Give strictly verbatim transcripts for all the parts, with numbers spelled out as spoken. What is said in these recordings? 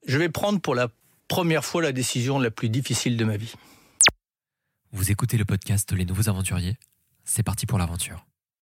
Je vais prendre pour la première fois la décision la plus difficile de ma vie. Vous écoutez le podcast Les Nouveaux Aventuriers. C'est parti pour l'aventure.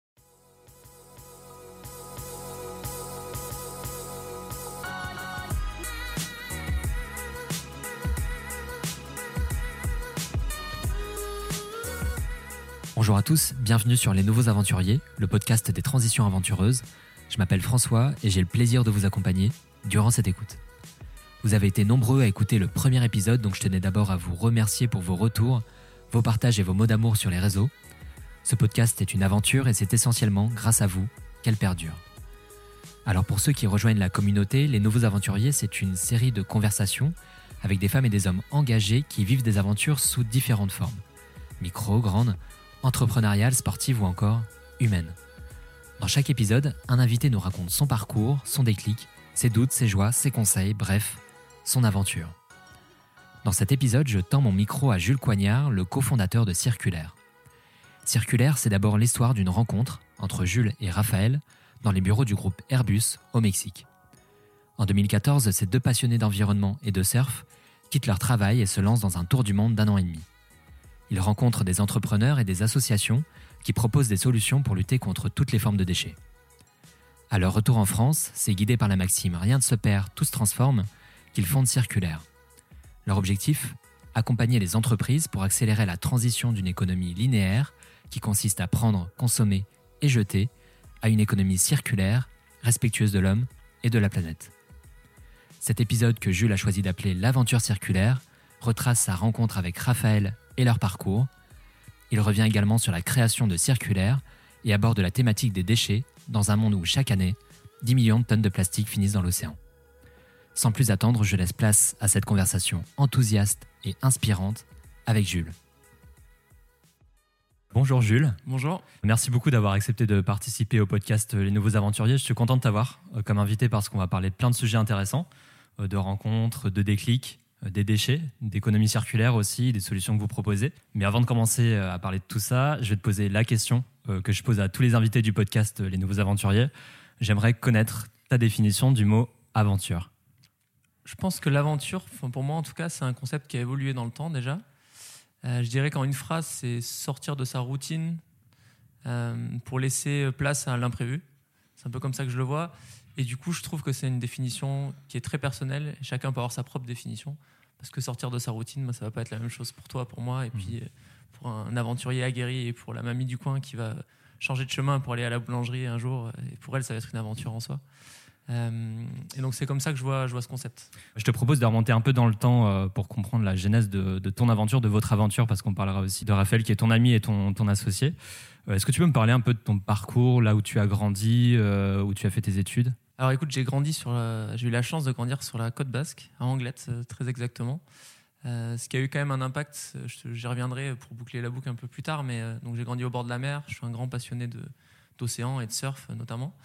Bonjour à tous, bienvenue sur Les Nouveaux Aventuriers, le podcast des transitions aventureuses. Je m'appelle François et j'ai le plaisir de vous accompagner durant cette écoute. Vous avez été nombreux à écouter le premier épisode, donc je tenais d'abord à vous remercier pour vos retours, vos partages et vos mots d'amour sur les réseaux. Ce podcast est une aventure et c'est essentiellement grâce à vous qu'elle perdure. Alors pour ceux qui rejoignent la communauté, Les Nouveaux Aventuriers, c'est une série de conversations avec des femmes et des hommes engagés qui vivent des aventures sous différentes formes. Micro, grandes, entrepreneuriales, sportives ou encore humaines. Dans chaque épisode, un invité nous raconte son parcours, son déclic, ses doutes, ses joies, ses conseils, bref, son aventure. Dans cet épisode, je tends mon micro à Jules Coignard, le cofondateur de Circulaire. Circulaire, c'est d'abord l'histoire d'une rencontre entre Jules et Raphaël dans les bureaux du groupe Airbus au Mexique. En deux mille quatorze, ces deux passionnés d'environnement et de surf quittent leur travail et se lancent dans un tour du monde d'un an et demi. Ils rencontrent des entrepreneurs et des associations qui proposent des solutions pour lutter contre toutes les formes de déchets. À leur retour en France, c'est guidé par la maxime « Rien ne se perd, tout se transforme » qu'ils fondent Circulaire. Leur objectif ? Accompagner les entreprises pour accélérer la transition d'une économie linéaire qui consiste à prendre, consommer et jeter à une économie circulaire, respectueuse de l'homme et de la planète. Cet épisode que Jules a choisi d'appeler « L'aventure circulaire » retrace sa rencontre avec Raphaël et leur parcours. Il revient également sur la création de Circulaire et aborde la thématique des déchets dans un monde où chaque année, dix millions de tonnes de plastique finissent dans l'océan. Sans plus attendre, je laisse place à cette conversation enthousiaste et inspirante avec Jules. Bonjour Jules. Bonjour. Merci beaucoup d'avoir accepté de participer au podcast Les Nouveaux Aventuriers. Je suis content de t'avoir comme invité parce qu'on va parler de plein de sujets intéressants, de rencontres, de déclics, des déchets, d'économie circulaire aussi, des solutions que vous proposez. Mais avant de commencer à parler de tout ça, je vais te poser la question que je pose à tous les invités du podcast Les Nouveaux Aventuriers. J'aimerais connaître ta définition du mot aventure. Je pense que l'aventure, pour moi en tout cas, c'est un concept qui a évolué dans le temps déjà. Euh, je dirais qu'en une phrase, c'est sortir de sa routine euh, pour laisser place à l'imprévu. C'est un peu comme ça que je le vois. Et du coup, je trouve que c'est une définition qui est très personnelle. Chacun peut avoir sa propre définition. Parce que sortir de sa routine, ça ne va pas être la même chose pour toi, pour moi. Et puis pour un aventurier aguerri et pour la mamie du coin qui va changer de chemin pour aller à la boulangerie un jour. Et pour elle, ça va être une aventure en soi. Euh, et donc c'est comme ça que je vois, je vois ce concept. Je te propose de remonter un peu dans le temps euh, pour comprendre la genèse de, de ton aventure, de votre aventure, parce qu'on parlera aussi de Raphaël qui est ton ami et ton, ton associé. Euh, est-ce que tu peux me parler un peu de ton parcours, là où tu as grandi, euh, où tu as fait tes études ? Alors écoute, j'ai grandi sur la, j'ai eu la chance de grandir sur la côte basque, à Anglette, très exactement. Euh, ce qui a eu quand même un impact, je, j'y reviendrai pour boucler la boucle un peu plus tard, mais euh, donc j'ai grandi au bord de la mer, je suis un grand passionné de, d'océan et de surf notamment.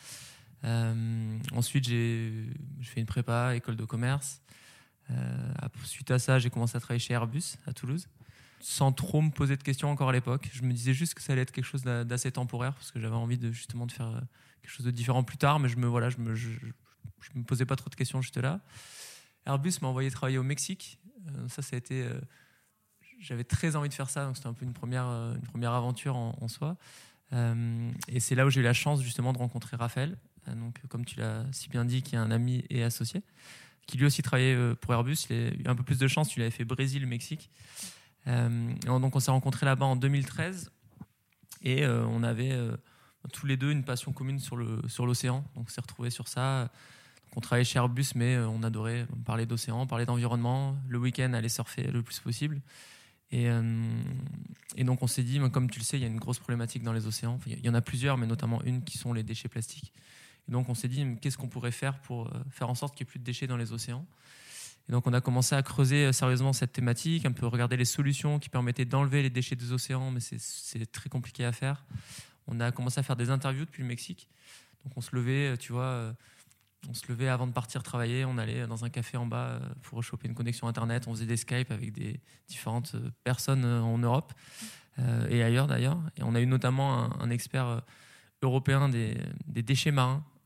Euh, ensuite, j'ai, j'ai fait une prépa, école de commerce. Euh, suite à ça, j'ai commencé à travailler chez Airbus à Toulouse, sans trop me poser de questions encore à l'époque. Je me disais juste que ça allait être quelque chose d'assez temporaire parce que j'avais envie de justement de faire quelque chose de différent plus tard, mais je me voilà, je me je, je me posais pas trop de questions juste là. Airbus m'a envoyé travailler au Mexique. Euh, ça, ça a été, euh, j'avais très envie de faire ça, donc c'était un peu une première une première aventure en, en soi. Euh, et c'est là où j'ai eu la chance justement de rencontrer Raphaël. Donc, comme tu l'as si bien dit, qui est un ami et associé, qui lui aussi travaillait pour Airbus. Il a eu un peu plus de chance, il avait fait Brésil, Mexique. Euh, donc on s'est rencontrés là-bas en deux mille treize et euh, on avait euh, tous les deux une passion commune sur, le, sur l'océan. Donc on s'est retrouvés sur ça. Donc, on travaillait chez Airbus, mais euh, on adorait parler d'océan, parler d'environnement. Le week-end, aller surfer le plus possible. Et, euh, et donc on s'est dit, comme tu le sais, il y a une grosse problématique dans les océans. Enfin, il y en a plusieurs, mais notamment une qui sont les déchets plastiques. Et donc on s'est dit, qu'est-ce qu'on pourrait faire pour faire en sorte qu'il n'y ait plus de déchets dans les océans ? Et donc on a commencé à creuser sérieusement cette thématique, un peu regarder les solutions qui permettaient d'enlever les déchets des océans, mais c'est, c'est très compliqué à faire. On a commencé à faire des interviews depuis le Mexique. Donc on se levait, tu vois, on se levait avant de partir travailler, on allait dans un café en bas pour choper une connexion Internet, on faisait des Skype avec des différentes personnes en Europe euh, et ailleurs d'ailleurs. Et on a eu notamment un, un expert européen des, des déchets marins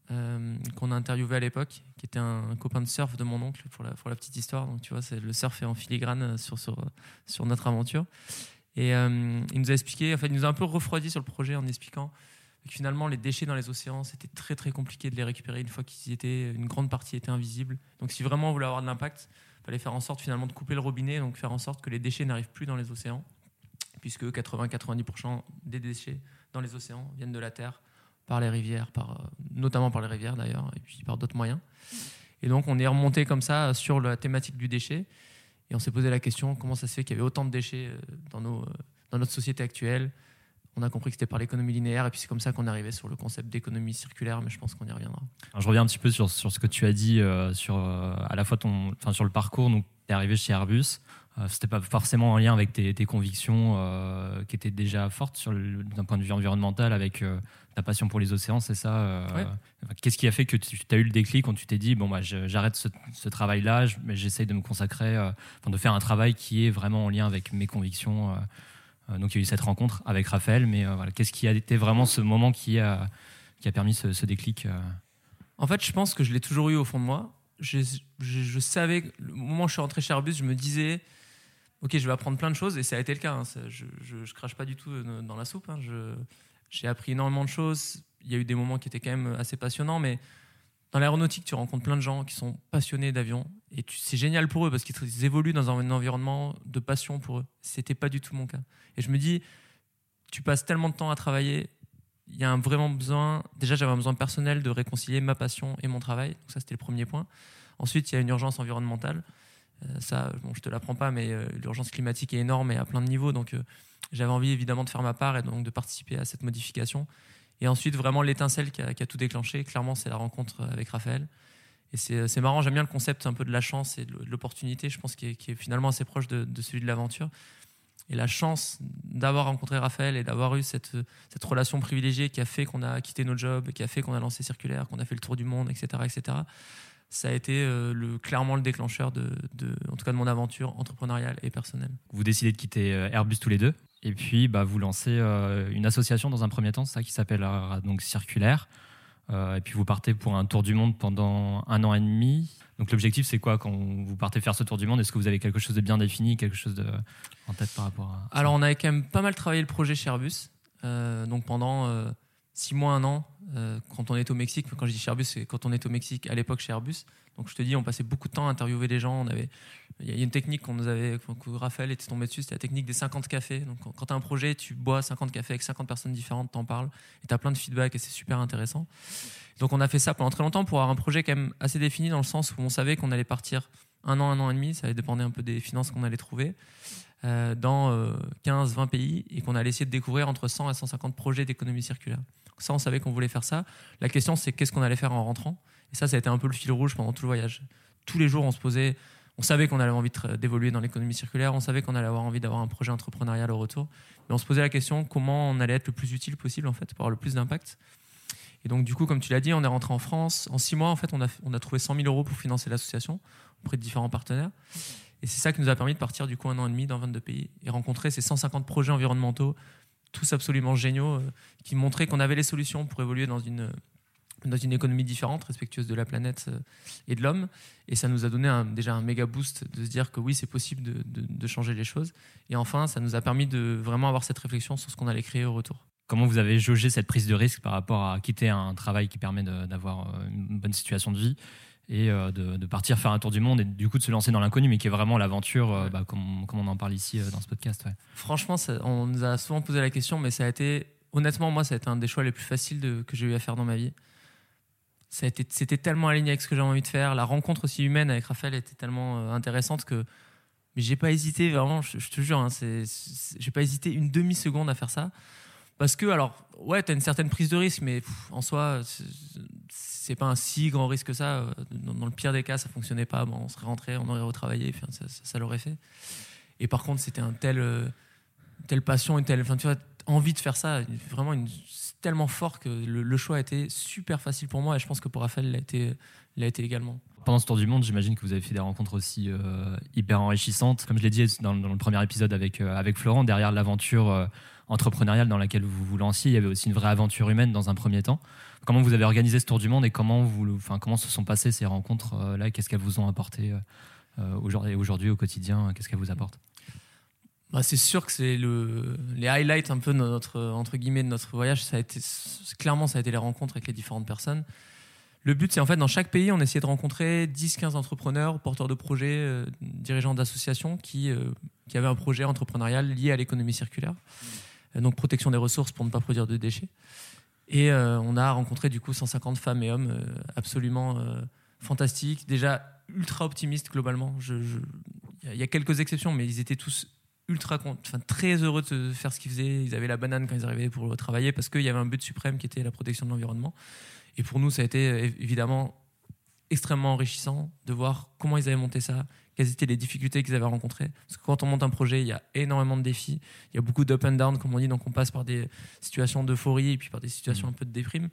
euh, qu'on a interviewé à l'époque, qui était un, un copain de surf de mon oncle, pour la, pour la petite histoire. Donc, tu vois, c'est, le surf est en filigrane sur, sur, sur notre aventure. Et euh, il nous a expliqué, en fait, il nous a un peu refroidi sur le projet en expliquant que finalement, les déchets dans les océans, c'était très, très compliqué de les récupérer une fois qu'ils y étaient. Une grande partie était invisible. Donc, si vraiment on voulait avoir de l'impact, il fallait faire en sorte finalement de couper le robinet, donc faire en sorte que les déchets n'arrivent plus dans les océans, puisque quatre-vingts à quatre-vingt-dix pour cent des déchets dans les océans viennent de la Terre, par les rivières, par, notamment par les rivières d'ailleurs, et puis par d'autres moyens. Et donc on est remonté comme ça sur la thématique du déchet, et on s'est posé la question comment ça se fait qu'il y avait autant de déchets dans, nos, dans notre société actuelle. On a compris que c'était par l'économie linéaire, et puis c'est comme ça qu'on est arrivé sur le concept d'économie circulaire, mais je pense qu'on y reviendra. Alors, je reviens un petit peu sur, sur ce que tu as dit euh, sur, euh, à la fois ton, enfin, sur le parcours. Donc, tu es arrivé chez Airbus. Euh, ce n'était pas forcément en lien avec tes, tes convictions euh, qui étaient déjà fortes sur le, d'un point de vue environnemental, avec euh, ta passion pour les océans, c'est ça euh, ouais. Enfin, qu'est-ce qui a fait que tu as eu le déclic quand tu t'es dit bon, bah, je, j'arrête ce, ce travail-là, je, mais j'essaye de me consacrer, euh, enfin, de faire un travail qui est vraiment en lien avec mes convictions euh, Euh, donc il y a eu cette rencontre avec Raphaël, mais euh, voilà, qu'est-ce qui a été vraiment ce moment qui a, qui a permis ce, ce déclic euh... En fait, je pense que je l'ai toujours eu au fond de moi. Je, je, je savais, le moment où je suis rentré chez Airbus, je me disais, ok, je vais apprendre plein de choses, et ça a été le cas. Hein. Ça, je, je, je crache pas du tout dans la soupe. Hein. Je, j'ai appris énormément de choses. Il y a eu des moments qui étaient quand même assez passionnants, mais dans l'aéronautique, tu rencontres plein de gens qui sont passionnés d'avion, et tu, c'est génial pour eux parce qu'ils évoluent dans un environnement de passion pour eux. C'était pas du tout mon cas. Et je me dis, tu passes tellement de temps à travailler, il y a un vraiment besoin. Déjà, j'avais un besoin personnel de réconcilier ma passion et mon travail. Donc ça, c'était le premier point. Ensuite, il y a une urgence environnementale. Euh, ça, bon, je te l'apprends pas, mais euh, l'urgence climatique est énorme et à plein de niveaux. Donc, euh, j'avais envie évidemment de faire ma part et donc de participer à cette modification. Et ensuite, vraiment, l'étincelle qui a, qui a tout déclenché, clairement, c'est la rencontre avec Raphaël. Et c'est, c'est marrant, j'aime bien le concept un peu de la chance et de l'opportunité, je pense, qui est, qui est finalement assez proche de, de celui de l'aventure. Et la chance d'avoir rencontré Raphaël et d'avoir eu cette, cette relation privilégiée qui a fait qu'on a quitté nos jobs, qui a fait qu'on a lancé Circulaire, qu'on a fait le tour du monde, et cetera, et cetera, ça a été euh, le, clairement le déclencheur de, de, en tout cas de mon aventure entrepreneuriale et personnelle. Vous décidez de quitter Airbus tous les deux, et puis bah, vous lancez euh, une association dans un premier temps, c'est ça, qui s'appelle euh, donc Circulaire. Euh, et puis vous partez pour un tour du monde pendant un an et demi. Donc l'objectif, c'est quoi quand vous partez faire ce tour du monde? Est-ce que vous avez quelque chose de bien défini, quelque chose de, en tête par rapport à ça? Alors on avait quand même pas mal travaillé le projet chez Airbus. Euh, donc pendant euh, six mois, un an, euh, quand on est au Mexique, quand je dis chez Airbus, c'est quand on est au Mexique, à l'époque chez Airbus. Donc je te dis, on passait beaucoup de temps à interviewer des gens. On avait, il y a une technique qu'on nous avait, que Raphaël était tombé dessus, c'était la technique des cinquante cafés. Donc quand tu as un projet, tu bois cinquante cafés avec cinquante personnes différentes, t'en parles, et tu as plein de feedback et c'est super intéressant. Donc on a fait ça pendant très longtemps pour avoir un projet quand même assez défini, dans le sens où on savait qu'on allait partir un an, un an et demi, ça allait dépendre un peu des finances qu'on allait trouver, euh, dans euh, quinze vingt pays, et qu'on allait essayer de découvrir entre cent et cent cinquante projets d'économie circulaire. Donc ça, on savait qu'on voulait faire ça. La question, c'est qu'est-ce qu'on allait faire en rentrant. Et ça, ça a été un peu le fil rouge pendant tout le voyage. Tous les jours, on se posait, on savait qu'on allait avoir envie de, d'évoluer dans l'économie circulaire, on savait qu'on allait avoir envie d'avoir un projet entrepreneurial au retour, mais on se posait la question comment on allait être le plus utile possible, en fait, pour avoir le plus d'impact. Et donc, du coup, comme tu l'as dit, on est rentré en France. En six mois, en fait, on a, on a trouvé cent mille euros pour financer l'association auprès de différents partenaires. Et c'est ça qui nous a permis de partir, du coup, un an et demi dans vingt-deux pays et rencontrer ces cent cinquante projets environnementaux, tous absolument géniaux, euh, qui montraient qu'on avait les solutions pour évoluer dans une, dans une économie différente, respectueuse de la planète euh, et de l'homme. Et ça nous a donné un, déjà un méga boost de se dire que oui, c'est possible de, de, de changer les choses. Et enfin, ça nous a permis de vraiment avoir cette réflexion sur ce qu'on allait créer au retour. Comment vous avez jaugé cette prise de risque par rapport à quitter un travail qui permet de, d'avoir une bonne situation de vie et de, de partir faire un tour du monde et du coup de se lancer dans l'inconnu, mais qui est vraiment l'aventure, ouais. bah, comme, comme on en parle ici dans ce podcast. Ouais. Franchement, ça, on nous a souvent posé la question, mais ça a été, honnêtement, moi, ça a été un des choix les plus faciles de, que j'ai eu à faire dans ma vie. Ça a été, c'était tellement aligné avec ce que j'avais envie de faire. La rencontre aussi humaine avec Raphaël était tellement intéressante que mais j'ai pas hésité, vraiment, je, je te jure, hein, c'est, c'est, j'ai pas hésité une demi-seconde à faire ça. Parce que, alors, ouais, t'as une certaine prise de risque, mais pff, en soi, c'est, c'est pas un si grand risque que ça. Dans, dans le pire des cas, ça fonctionnait pas. Bon, on serait rentré, on aurait retravaillé, enfin, ça, ça, ça l'aurait fait. Et par contre, c'était un tel, euh, telle passion, une telle, enfin, tu vois, envie de faire ça, vraiment une, tellement fort que le, le choix a été super facile pour moi. Et je pense que pour Raphaël, il a été l'a été également. Pendant ce tour du monde, j'imagine que vous avez fait des rencontres aussi euh, hyper enrichissantes. Comme je l'ai dit dans, dans le premier épisode avec, euh, avec Florent, derrière l'aventure euh, entrepreneuriale dans laquelle vous vous lanciez, il y avait aussi une vraie aventure humaine dans un premier temps. Comment vous avez organisé ce tour du monde et comment, vous, enfin, comment se sont passées ces rencontres-là? Qu'est-ce qu'elles vous ont apporté euh, aujourd'hui, aujourd'hui, au quotidien? Qu'est-ce qu'elles vous apportent? Bah, c'est sûr que c'est le, les highlights un peu de notre, entre guillemets, de notre voyage. Ça a été, clairement, ça a été les rencontres avec les différentes personnes. Le but, c'est en fait, dans chaque pays, on essayait de rencontrer dix à quinze entrepreneurs, porteurs de projets, euh, dirigeants d'associations qui, euh, qui avaient un projet entrepreneurial lié à l'économie circulaire. Euh, donc, protection des ressources pour ne pas produire de déchets. Et euh, on a rencontré du coup cent cinquante femmes et hommes euh, absolument euh, fantastiques, déjà ultra optimistes globalement. Je, je, y a quelques exceptions, mais ils étaient tous ultra, enfin, très heureux de faire ce qu'ils faisaient. Ils avaient la banane quand ils arrivaient pour travailler parce qu'il y avait un but suprême qui était la protection de l'environnement. Et pour nous, ça a été évidemment extrêmement enrichissant de voir comment ils avaient monté ça, quelles étaient les difficultés qu'ils avaient rencontrées. Parce que quand on monte un projet, il y a énormément de défis, il y a beaucoup d'up and down, comme on dit, donc on passe par des situations d'euphorie et puis par des situations un peu de déprime.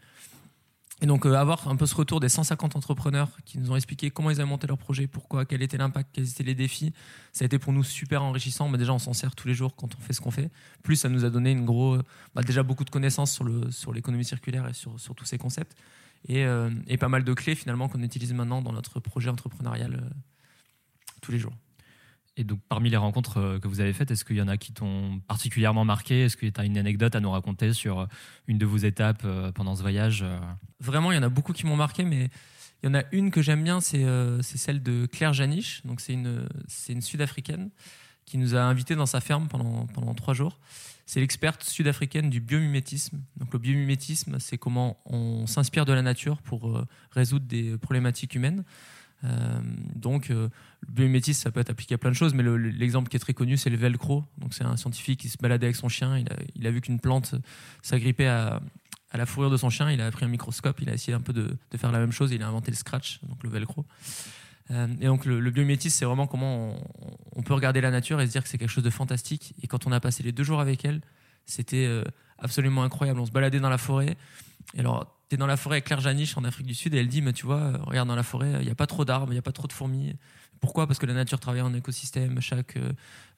Et donc euh, avoir un peu ce retour des cent cinquante entrepreneurs qui nous ont expliqué comment ils avaient monté leur projet, pourquoi, quel était l'impact, quels étaient les défis, ça a été pour nous super enrichissant. Mais déjà, on s'en sert tous les jours quand on fait ce qu'on fait. Plus, ça nous a donné une gros, bah, déjà beaucoup de connaissances sur, le, sur l'économie circulaire et sur, sur tous ces concepts. Et, euh, et pas mal de clés finalement qu'on utilise maintenant dans notre projet entrepreneurial euh, tous les jours. Et donc, parmi les rencontres que vous avez faites, est-ce qu'il y en a qui t'ont particulièrement marqué? Est-ce que tu as une anecdote à nous raconter sur une de vos étapes pendant ce voyage? Vraiment, il y en a beaucoup qui m'ont marqué, mais il y en a une que j'aime bien, c'est, euh, c'est celle de Claire Janisch. Donc, c'est une, c'est une Sud-Africaine qui nous a invités dans sa ferme pendant, pendant trois jours. C'est l'experte sud-africaine du biomimétisme. Donc, le biomimétisme, c'est comment on s'inspire de la nature pour euh, résoudre des problématiques humaines. Euh, donc, euh, le biomimétisme, ça peut être appliqué à plein de choses, mais le, l'exemple qui est très connu, c'est le velcro. Donc, c'est un scientifique qui se baladait avec son chien. Il a, il a vu qu'une plante s'agrippait à, à la fourrure de son chien. Il a pris un microscope. Il a essayé un peu de, de faire la même chose. Il a inventé le scratch, donc le velcro. Euh, et donc, le, le biomimétisme, c'est vraiment comment on, on peut regarder la nature et se dire que c'est quelque chose de fantastique. Et quand on a passé les deux jours avec elle, c'était euh, absolument incroyable. On se baladait dans la forêt. Et alors, t'es dans la forêt avec Claire Janisch en Afrique du Sud et elle dit, mais tu vois, regarde dans la forêt, il n'y a pas trop d'arbres, il n'y a pas trop de fourmis. Pourquoi? Parce que la nature travaille en écosystème, chaque euh,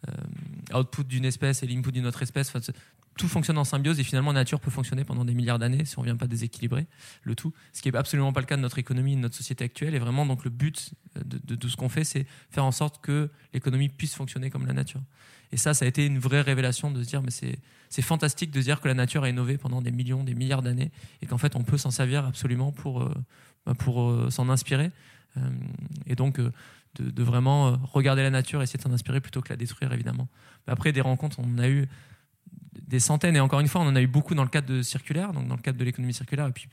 output d'une espèce et l'input d'une autre espèce, enfin, tout fonctionne en symbiose et finalement la nature peut fonctionner pendant des milliards d'années si on ne vient pas déséquilibrer le tout. Ce qui n'est absolument pas le cas de notre économie, de notre société actuelle. Et vraiment, donc, le but de, de, de ce qu'on fait, c'est faire en sorte que l'économie puisse fonctionner comme la nature. Et ça, ça a été une vraie révélation de se dire, mais c'est, c'est fantastique de se dire que la nature a innové pendant des millions, des milliards d'années et qu'en fait, on peut s'en servir absolument pour, euh, pour euh, s'en inspirer. Euh, et donc, euh, de, de vraiment euh, regarder la nature et essayer de s'en inspirer plutôt que la détruire, évidemment. Mais après, des rencontres, on en a eu des centaines. Et encore une fois, on en a eu beaucoup dans le cadre de circulaire, donc dans le cadre de l'économie circulaire. Et puis,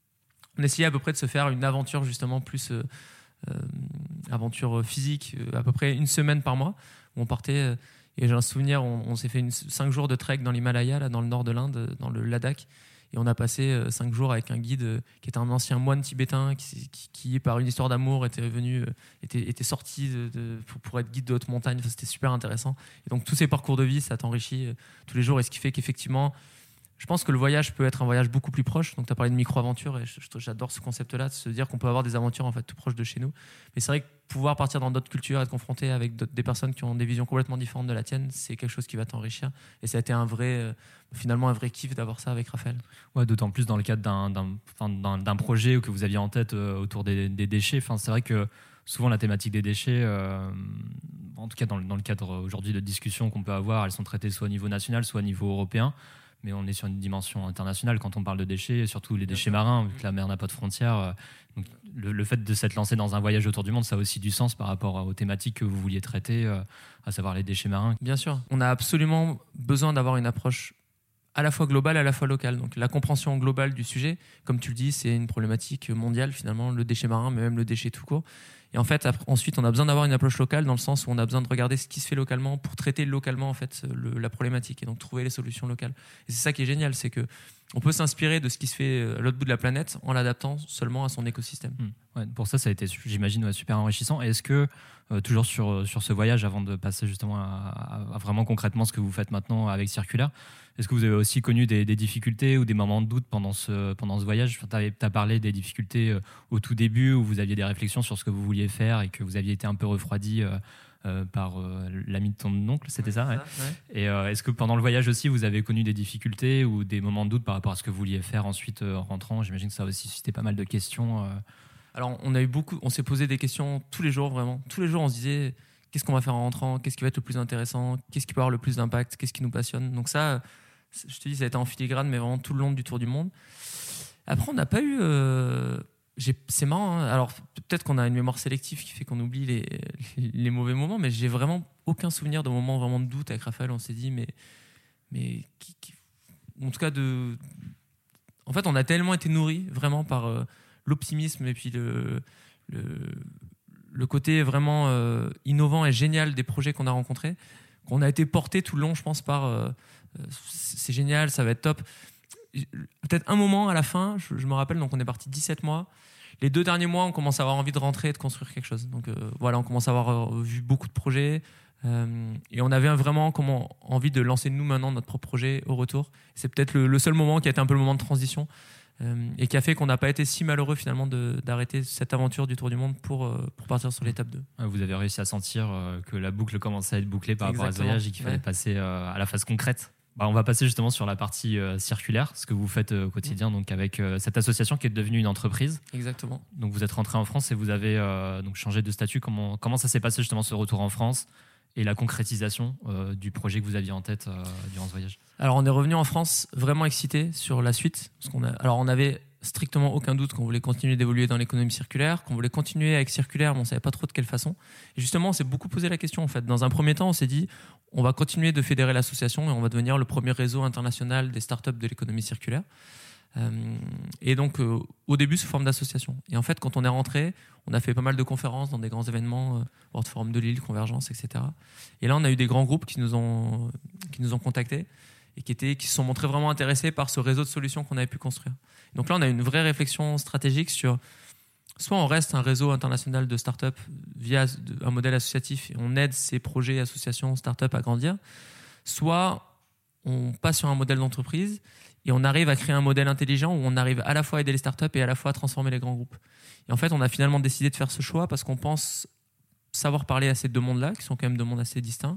on essayait à peu près de se faire une aventure, justement, plus euh, euh, aventure physique, euh, à peu près une semaine par mois, où on partait... Euh, Et j'ai un souvenir, on, on s'est fait une, cinq jours de trek dans l'Himalaya, là, dans le nord de l'Inde, dans le Ladakh. Et on a passé euh, cinq jours avec un guide euh, qui était un ancien moine tibétain qui, qui, qui par une histoire d'amour, était venu, euh, était, était sorti de, de, pour, pour être guide de haute montagne. Enfin, c'était super intéressant. Et donc, tous ces parcours de vie, ça t'enrichit euh, tous les jours. Et ce qui fait qu'effectivement, je pense que le voyage peut être un voyage beaucoup plus proche. Donc, tu as parlé de micro-aventure et je, je, j'adore ce concept-là, de se dire qu'on peut avoir des aventures en fait tout proche de chez nous. Mais c'est vrai que pouvoir partir dans d'autres cultures, être confronté avec des personnes qui ont des visions complètement différentes de la tienne, c'est quelque chose qui va t'enrichir. Et ça a été un vrai, euh, finalement un vrai kiff d'avoir ça avec Raphaël. Ouais, d'autant plus dans le cadre d'un, d'un, enfin, d'un, d'un projet que vous aviez en tête euh, autour des, des déchets. Enfin, c'est vrai que souvent la thématique des déchets, euh, en tout cas dans, dans le cadre aujourd'hui de discussions qu'on peut avoir, elles sont traitées soit au niveau national, soit au niveau européen. Mais on est sur une dimension internationale quand on parle de déchets, surtout les déchets marins, vu que la mer n'a pas de frontières. Donc, le, le fait de s'être lancé dans un voyage autour du monde, ça a aussi du sens par rapport aux thématiques que vous vouliez traiter, à savoir les déchets marins. Bien sûr, on a absolument besoin d'avoir une approche à la fois globale, à la fois locale. Donc la compréhension globale du sujet, comme tu le dis, c'est une problématique mondiale finalement, le déchet marin, mais même le déchet tout court. Et en fait, après, ensuite, on a besoin d'avoir une approche locale dans le sens où on a besoin de regarder ce qui se fait localement pour traiter localement en fait le, la problématique et donc trouver les solutions locales. Et c'est ça qui est génial, c'est que on peut s'inspirer de ce qui se fait à l'autre bout de la planète en l'adaptant seulement à son écosystème. Mmh. Ouais, pour ça, ça a été, j'imagine, ouais, super enrichissant. Et est-ce que euh, toujours sur, sur ce voyage, avant de passer justement à, à, à vraiment concrètement ce que vous faites maintenant avec Circulaire. Est-ce que vous avez aussi connu des, des difficultés ou des moments de doute pendant ce, pendant ce voyage? Tu as parlé des difficultés euh, au tout début, où vous aviez des réflexions sur ce que vous vouliez faire et que vous aviez été un peu refroidi euh, euh, par euh, l'ami de ton oncle, c'était ouais, ça, ouais. ça ouais. Et euh, est-ce que pendant le voyage aussi, vous avez connu des difficultés ou des moments de doute par rapport à ce que vous vouliez faire ensuite euh, en rentrant? J'imagine que ça a aussi suscité pas mal de questions. Euh... Alors, on a eu beaucoup, on s'est posé des questions tous les jours, vraiment. Tous les jours, on se disait, qu'est-ce qu'on va faire en rentrant? Qu'est-ce qui va être le plus intéressant? Qu'est-ce qui peut avoir le plus d'impact? Qu'est-ce qui nous passionne? Donc ça, je te dis, ça a été en filigrane, mais vraiment tout le long du tour du monde. Après, on n'a pas eu... Euh, j'ai, c'est marrant, hein. Alors peut-être qu'on a une mémoire sélective qui fait qu'on oublie les, les mauvais moments, mais j'ai vraiment aucun souvenir de moments vraiment de doute avec Raphaël. On s'est dit, mais... mais qui, qui, en tout cas, de... En fait, on a tellement été nourris, vraiment, par euh, l'optimisme et puis le... le le côté vraiment euh, innovant et génial des projets qu'on a rencontrés, qu'on a été porté tout le long, je pense, par euh, c'est génial, ça va être top. Peut-être un moment à la fin, je, je me rappelle, donc on est parti dix-sept mois. Les deux derniers mois, on commence à avoir envie de rentrer et de construire quelque chose. Donc euh, voilà, on commence à avoir euh, vu beaucoup de projets euh, et on avait vraiment comment, envie de lancer nous maintenant notre propre projet au retour. C'est peut-être le, le seul moment qui a été un peu le moment de transition. Euh, et qui a fait qu'on n'a pas été si malheureux finalement de, d'arrêter cette aventure du Tour du Monde pour, euh, pour partir sur l'étape deux. Vous avez réussi à sentir euh, que la boucle commençait à être bouclée par Exactement. rapport à ce voyage et qu'il fallait ouais. passer euh, à la phase concrète. Bah, on va passer justement sur la partie euh, circulaire, ce que vous faites euh, au quotidien, mmh. donc avec euh, cette association qui est devenue une entreprise. Exactement. Donc vous êtes rentré en France et vous avez euh, donc changé de statut. Comment, comment ça s'est passé justement ce retour en France et la concrétisation euh, du projet que vous aviez en tête euh, durant ce voyage? Alors on est revenu en France vraiment excité sur la suite. Parce qu'on a, alors on avait strictement aucun doute qu'on voulait continuer d'évoluer dans l'économie circulaire, qu'on voulait continuer avec circulaire, mais on ne savait pas trop de quelle façon. Et justement, on s'est beaucoup posé la question en fait. Dans un premier temps, on s'est dit, on va continuer de fédérer l'association et on va devenir le premier réseau international des startups de l'économie circulaire. Euh, et donc, euh, au début, sous forme d'association. Et en fait, quand on est rentré, on a fait pas mal de conférences dans des grands événements, euh, World Forum de Lille, Convergence, et cetera. Et là, on a eu des grands groupes qui nous ont, qui nous ont contactés et qui, étaient, qui se sont montrés vraiment intéressés par ce réseau de solutions qu'on avait pu construire. Donc là, on a une vraie réflexion stratégique sur soit on reste un réseau international de startups via un modèle associatif et on aide ces projets, associations, startups à grandir, soit on passe sur un modèle d'entreprise et on arrive à créer un modèle intelligent où on arrive à la fois à aider les startups et à la fois à transformer les grands groupes. Et en fait, on a finalement décidé de faire ce choix parce qu'on pense savoir parler à ces deux mondes-là, qui sont quand même deux mondes assez distincts,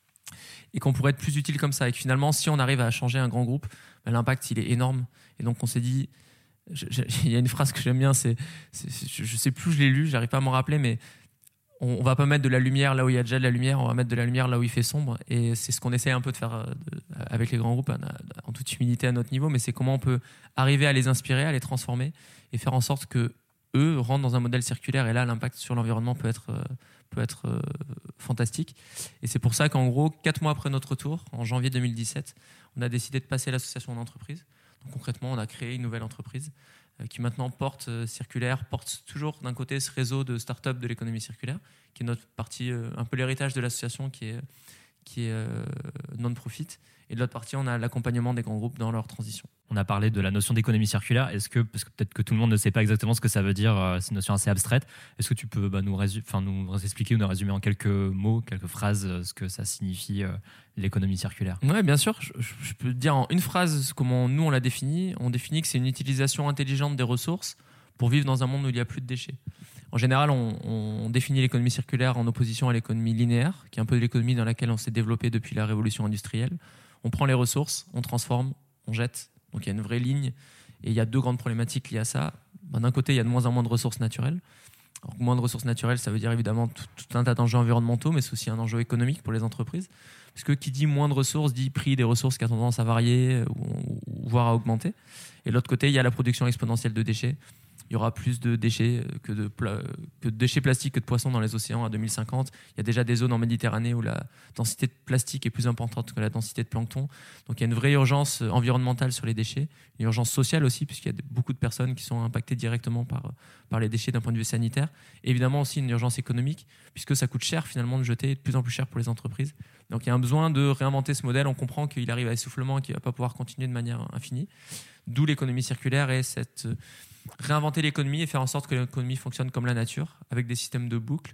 et qu'on pourrait être plus utile comme ça. Et que finalement, si on arrive à changer un grand groupe, ben, l'impact, il est énorme. Et donc, on s'est dit... Il y a une phrase que j'aime bien, c'est, c'est, je ne sais plus où je l'ai lu, je n'arrive pas à m'en rappeler, mais on ne va pas mettre de la lumière là où il y a déjà de la lumière, on va mettre de la lumière là où il fait sombre. Et c'est ce qu'on essaie un peu de faire de, avec les grands groupes, en toute humilité à notre niveau, mais c'est comment on peut arriver à les inspirer, à les transformer et faire en sorte que eux rentrent dans un modèle circulaire. Et là, l'impact sur l'environnement peut être, peut être euh, fantastique. Et c'est pour ça qu'en gros, quatre mois après notre retour, en janvier deux mille dix-sept, on a décidé de passer l'association en entreprise. Donc, concrètement, on a créé une nouvelle entreprise euh, qui maintenant porte euh, circulaire, porte toujours d'un côté ce réseau de start-up de l'économie circulaire, qui est notre partie, euh, un peu l'héritage de l'association qui est, qui est euh, non-profit. Et de l'autre partie, on a l'accompagnement des grands groupes dans leur transition. On a parlé de la notion d'économie circulaire. Est-ce que, parce que peut-être que tout le monde ne sait pas exactement ce que ça veut dire, euh, c'est une notion assez abstraite, est-ce que tu peux bah, nous, résu- nous expliquer ou nous résumer en quelques mots, quelques phrases, euh, ce que ça signifie euh, l'économie circulaire? Oui, bien sûr. Je, je peux te dire en une phrase comment nous, on l'a défini. On définit que c'est une utilisation intelligente des ressources pour vivre dans un monde où il n'y a plus de déchets. En général, on, on définit l'économie circulaire en opposition à l'économie linéaire, qui est un peu l'économie dans laquelle on s'est développé depuis la révolution industrielle. On prend les ressources, on transforme, on jette. Donc il y a une vraie ligne et il y a deux grandes problématiques liées à ça. Ben, d'un côté, il y a de moins en moins de ressources naturelles. Alors, moins de ressources naturelles, ça veut dire évidemment tout, tout un tas d'enjeux environnementaux, mais c'est aussi un enjeu économique pour les entreprises. Parce que qui dit moins de ressources dit prix des ressources qui a tendance à varier ou, ou voire à augmenter. Et de l'autre côté, il y a la production exponentielle de déchets. Il y aura plus de déchets que de, pla- que de déchets plastiques que de poissons dans les océans à deux mille cinquante. Il y a déjà des zones en Méditerranée où la densité de plastique est plus importante que la densité de plancton. Donc il y a une vraie urgence environnementale sur les déchets, une urgence sociale aussi, puisqu'il y a beaucoup de personnes qui sont impactées directement par, par les déchets d'un point de vue sanitaire. Et évidemment aussi une urgence économique, puisque ça coûte cher finalement de jeter, de plus en plus cher pour les entreprises. Donc il y a un besoin de réinventer ce modèle. On comprend qu'il arrive à essoufflement, qu'il ne va pas pouvoir continuer de manière infinie. D'où l'économie circulaire et cette... réinventer l'économie et faire en sorte que l'économie fonctionne comme la nature, avec des systèmes de boucles,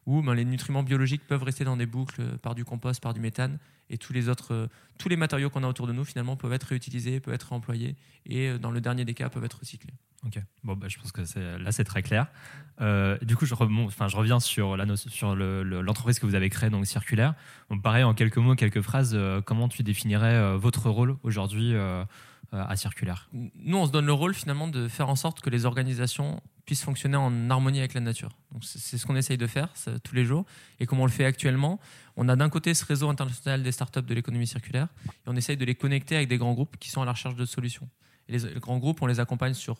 où ben, les nutriments biologiques peuvent rester dans des boucles euh, par du compost, par du méthane, et tous les autres, euh, tous les matériaux qu'on a autour de nous finalement peuvent être réutilisés, peuvent être réemployés, et euh, dans le dernier des cas peuvent être recyclés. Ok, bon, bah, je pense que c'est, là c'est très clair. Euh, du coup, je, remont, enfin, je reviens sur, la, sur le, le, l'entreprise que vous avez créée, donc Circulaire. Donc, pareil, en quelques mots, quelques phrases, euh, comment tu définirais euh, votre rôle aujourd'hui euh, à Circulaire ? Nous, on se donne le rôle finalement de faire en sorte que les organisations puissent fonctionner en harmonie avec la nature. Donc, c'est, c'est ce qu'on essaye de faire ça, tous les jours. Et comme on le fait actuellement, on a d'un côté ce réseau international des startups de l'économie circulaire, et on essaye de les connecter avec des grands groupes qui sont à la recherche de solutions. Et les, les grands groupes, on les accompagne sur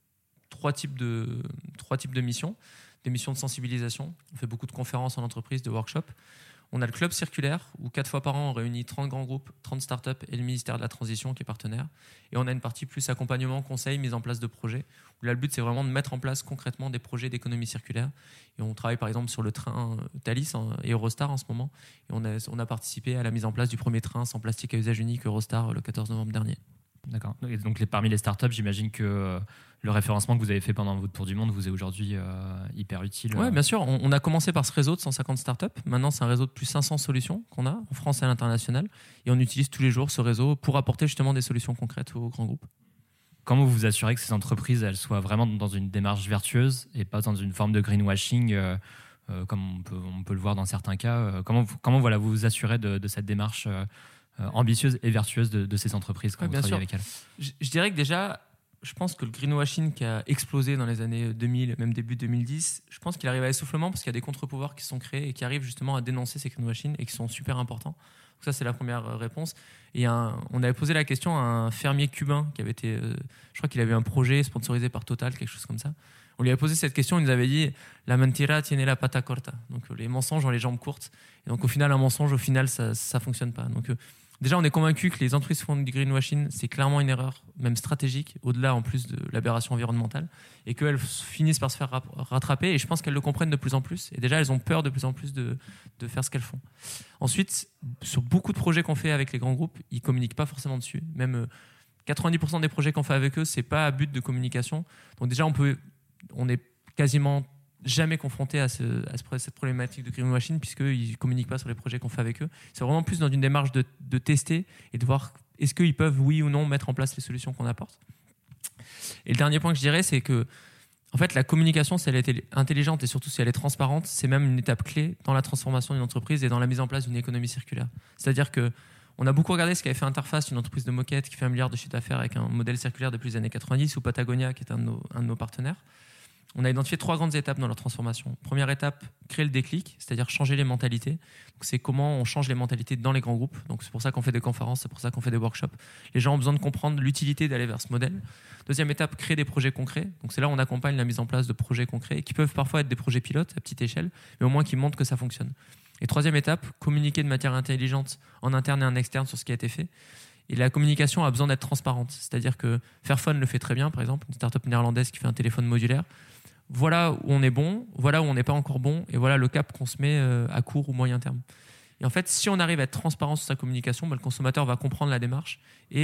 trois types de, trois types de missions. Des missions de sensibilisation. On fait beaucoup de conférences en entreprise, de workshops. On a le club circulaire, où quatre fois par an, on réunit trente grands groupes, trente startups et le ministère de la Transition qui est partenaire. Et on a une partie plus accompagnement, conseil, mise en place de projets. Où là, le but, c'est vraiment de mettre en place concrètement des projets d'économie circulaire. Et on travaille par exemple sur le train Thalys et Eurostar en ce moment. Et on a, on a participé à la mise en place du premier train sans plastique à usage unique Eurostar le quatorze novembre dernier. D'accord. Et donc, les, parmi les startups, j'imagine que euh, le référencement que vous avez fait pendant votre tour du monde vous est aujourd'hui euh, hyper utile. Oui, bien sûr. On, on a commencé par ce réseau de cent cinquante startups. Maintenant, c'est un réseau de plus de cinq cents solutions qu'on a en France et à l'international. Et on utilise tous les jours ce réseau pour apporter justement des solutions concrètes aux grands groupes. Comment vous vous assurez que ces entreprises elles soient vraiment dans une démarche vertueuse et pas dans une forme de greenwashing euh, euh, comme on peut, on peut le voir dans certains cas euh, Comment, comment voilà, vous vous assurez de, de cette démarche euh, ambitieuse et vertueuse de, de ces entreprises quand ouais, vous bien travaillez sûr. avec elles? Je, je dirais que déjà, je pense que le greenwashing qui a explosé dans les années deux mille, même début deux mille dix, je pense qu'il arrive à essoufflement parce qu'il y a des contre-pouvoirs qui sont créés et qui arrivent justement à dénoncer ces greenwashing et qui sont super importants. Donc ça, c'est la première réponse. Et un, on avait posé la question à un fermier cubain qui avait été, euh, je crois qu'il avait un projet sponsorisé par Total, quelque chose comme ça. On lui avait posé cette question, il nous avait dit « La mentira tiene la pata corta ». Donc les mensonges ont les jambes courtes. Et donc au final, un mensonge, au final, ça ne fonctionne pas. Donc euh, déjà, on est convaincu que les entreprises qui font du greenwashing, c'est clairement une erreur, même stratégique, au-delà en plus de l'aberration environnementale, et qu'elles finissent par se faire rattraper. Et je pense qu'elles le comprennent de plus en plus. Et déjà, elles ont peur de plus en plus de, de faire ce qu'elles font. Ensuite, sur beaucoup de projets qu'on fait avec les grands groupes, ils ne communiquent pas forcément dessus. Même quatre-vingt-dix pour cent des projets qu'on fait avec eux, ce n'est pas à but de communication. Donc déjà, on peut, on est quasiment jamais confronté à, ce, à ce, cette problématique de greenwashing puisqu'ils ne communiquent pas sur les projets qu'on fait avec eux. C'est vraiment plus dans une démarche de, de tester et de voir est-ce qu'ils peuvent, oui ou non, mettre en place les solutions qu'on apporte. Et le dernier point que je dirais, c'est que en fait, la communication, si elle est intelligente et surtout si elle est transparente, c'est même une étape clé dans la transformation d'une entreprise et dans la mise en place d'une économie circulaire. C'est-à-dire qu'on a beaucoup regardé ce qu'avait fait Interface, une entreprise de moquette qui fait un milliard de chiffre d'affaires avec un modèle circulaire depuis les années quatre-vingt-dix, ou Patagonia, qui est un de nos, un de nos partenaires. On a identifié trois grandes étapes dans leur transformation. Première étape, créer le déclic, c'est-à-dire changer les mentalités. Donc, c'est comment on change les mentalités dans les grands groupes. Donc, c'est pour ça qu'on fait des conférences, c'est pour ça qu'on fait des workshops. Les gens ont besoin de comprendre l'utilité d'aller vers ce modèle. Deuxième étape, créer des projets concrets. Donc, c'est là où on accompagne la mise en place de projets concrets qui peuvent parfois être des projets pilotes à petite échelle, mais au moins qui montrent que ça fonctionne. Et troisième étape, communiquer de manière intelligente en interne et en externe sur ce qui a été fait. Et la communication a besoin d'être transparente. C'est-à-dire que Fairphone le fait très bien, par exemple, une start-up néerlandaise qui fait un téléphone modulaire. Voilà où on est bon, voilà où on n'est pas encore bon, et voilà le cap qu'on se met à court ou moyen terme. Et en fait, si on arrive à être transparent sur sa communication, bah, le consommateur va comprendre la démarche et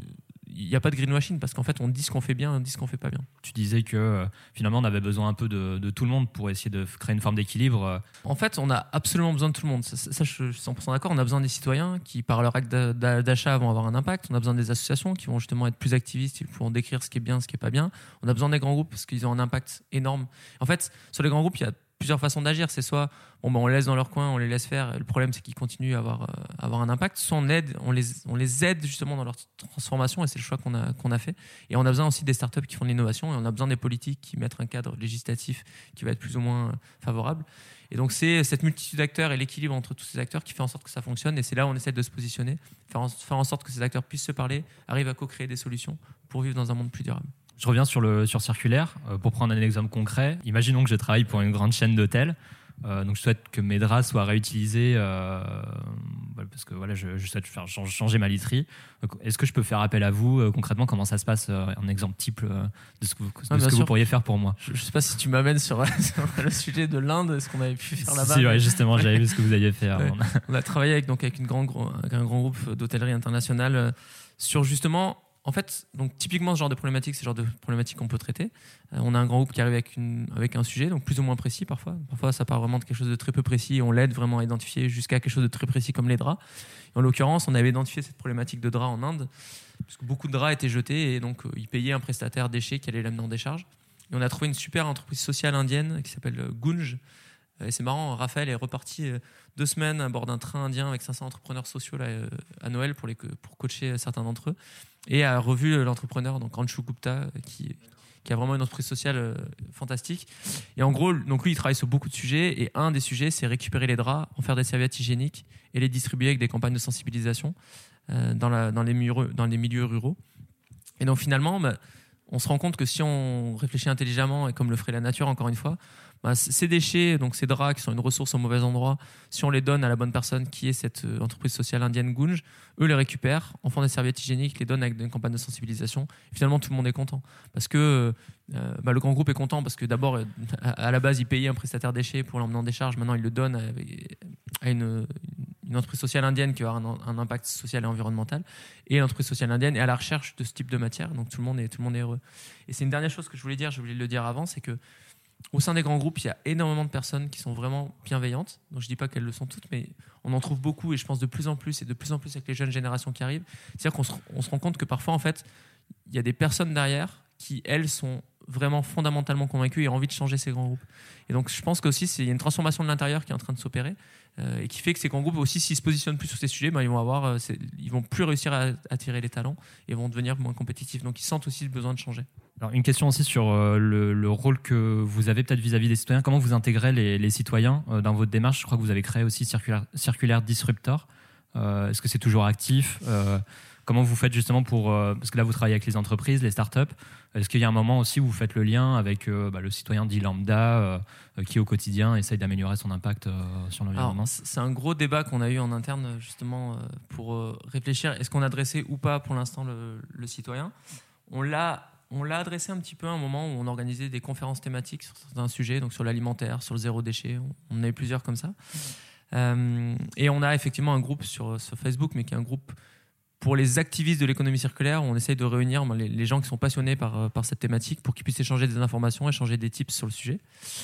il n'y a pas de greenwashing parce qu'en fait, on dit ce qu'on fait bien, on dit ce qu'on ne fait pas bien. Tu disais que euh, finalement, on avait besoin un peu de, de tout le monde pour essayer de créer une forme d'équilibre. En fait, on a absolument besoin de tout le monde. Ça, ça, je suis cent pour cent d'accord. On a besoin des citoyens qui, par leur acte d'achat, vont avoir un impact. On a besoin des associations qui vont justement être plus activistes, ils pourront décrire ce qui est bien, ce qui n'est pas bien. On a besoin des grands groupes parce qu'ils ont un impact énorme. En fait, sur les grands groupes, il y a plusieurs façons d'agir. C'est soit bon, ben, on les laisse dans leur coin, on les laisse faire. Le problème, c'est qu'ils continuent à avoir, euh, à avoir un impact. Soit on, aide, on, les, on les aide justement dans leur transformation et c'est le choix qu'on a, qu'on a fait. Et on a besoin aussi des startups qui font de l'innovation et on a besoin des politiques qui mettent un cadre législatif qui va être plus ou moins favorable. Et donc, c'est cette multitude d'acteurs et l'équilibre entre tous ces acteurs qui fait en sorte que ça fonctionne. Et c'est là où on essaie de se positionner, faire en, faire en sorte que ces acteurs puissent se parler, arrivent à co-créer des solutions pour vivre dans un monde plus durable. Je reviens sur, le, sur Circulaire. Euh, pour prendre un exemple concret, imaginons que je travaille pour une grande chaîne d'hôtels. Euh, donc je souhaite que mes draps soient réutilisés euh, parce que voilà, je, je souhaite faire changer ma literie. Donc, est-ce que je peux faire appel à vous euh, concrètement? Comment ça se passe? euh, Un exemple type euh, de ce que, vous, de ah, ce que vous pourriez faire pour moi. Je ne sais pas si tu m'amènes sur, sur le sujet de l'Inde, ce qu'on avait pu faire là-bas. Si, ouais, justement, j'avais vu ce que vous aviez fait. Ouais. On a travaillé avec, donc, avec une grande, un grand groupe d'hôtellerie internationale sur justement en fait, donc typiquement ce genre de problématique, c'est le genre de problématique qu'on peut traiter. Euh, on a un grand groupe qui arrive avec, une, avec un sujet, donc plus ou moins précis parfois. Parfois, ça part vraiment de quelque chose de très peu précis et on l'aide vraiment à identifier jusqu'à quelque chose de très précis comme les draps. Et en l'occurrence, on avait identifié cette problématique de draps en Inde, parce que beaucoup de draps étaient jetés et donc euh, ils payaient un prestataire déchet qui allait l'amener en décharge. Et on a trouvé une super entreprise sociale indienne qui s'appelle euh, Gunj. Et c'est marrant, Raphaël est reparti euh, deux semaines à bord d'un train indien avec cinq cents entrepreneurs sociaux là, euh, à Noël pour, les, pour coacher certains d'entre eux. Et a revu l'entrepreneur, donc Anshu Gupta, qui, qui a vraiment une entreprise sociale euh, fantastique. Et en gros, donc lui, il travaille sur beaucoup de sujets. Et un des sujets, c'est récupérer les draps, en faire des serviettes hygiéniques et les distribuer avec des campagnes de sensibilisation euh, dans, la, dans, les milieux, dans les milieux ruraux. Et donc finalement, bah, on se rend compte que si on réfléchit intelligemment, et comme le ferait la nature, encore une fois, bah, ces déchets, donc ces draps qui sont une ressource au mauvais endroit, si on les donne à la bonne personne qui est cette euh, entreprise sociale indienne Gunj, eux les récupèrent, en font des serviettes hygiéniques, les donnent avec une campagne de sensibilisation. Et finalement, tout le monde est content. Parce que euh, bah, le grand groupe est content parce que d'abord, euh, à, à la base, il payait un prestataire déchet pour l'emmener en décharge. Maintenant, il le donne à, à une, une entreprise sociale indienne qui va avoir un, un impact social et environnemental. Et l'entreprise sociale indienne est à la recherche de ce type de matière. Donc tout le monde est, tout le monde est heureux. Et c'est une dernière chose que je voulais dire, je voulais le dire avant, c'est que au sein des grands groupes, il y a énormément de personnes qui sont vraiment bienveillantes. Donc je ne dis pas qu'elles le sont toutes, mais on en trouve beaucoup et je pense de plus en plus et de plus en plus avec les jeunes générations qui arrivent. C'est-à-dire qu'on se, on se rend compte que parfois, en fait, il y a des personnes derrière qui, elles, sont vraiment fondamentalement convaincues et ont envie de changer ces grands groupes. Et donc je pense qu'aussi, il y a une transformation de l'intérieur qui est en train de s'opérer euh, et qui fait que ces grands groupes aussi, s'ils se positionnent plus sur ces sujets, ben, ils vont avoir, euh, ils vont plus réussir à attirer les talents et vont devenir moins compétitifs. Donc ils sentent aussi le besoin de changer. Alors, une question aussi sur euh, le, le rôle que vous avez peut-être vis-à-vis des citoyens. Comment vous intégrez les, les citoyens euh, dans votre démarche? Je crois que vous avez créé aussi Circulaire, Circulaire Disruptor. Euh, est-ce que c'est toujours actif? euh, Comment vous faites justement pour... Euh, parce que là, vous travaillez avec les entreprises, les startups. Est-ce qu'il y a un moment aussi où vous faites le lien avec euh, bah, le citoyen dit lambda euh, qui, au quotidien, essaye d'améliorer son impact euh, sur l'environnement? Alors, c'est un gros débat qu'on a eu en interne, justement, pour euh, réfléchir. Est-ce qu'on adressait ou pas, pour l'instant, le, le citoyen? On l'a... On l'a adressé un petit peu à un moment où on organisait des conférences thématiques sur certains sujets, donc sur l'alimentaire, sur le zéro déchet. On en avait plusieurs comme ça. Mmh. Euh, et on a effectivement un groupe sur, sur Facebook, mais qui est un groupe pour les activistes de l'économie circulaire, où on essaye de réunir les, les gens qui sont passionnés par, par cette thématique pour qu'ils puissent échanger des informations, échanger des tips sur le sujet.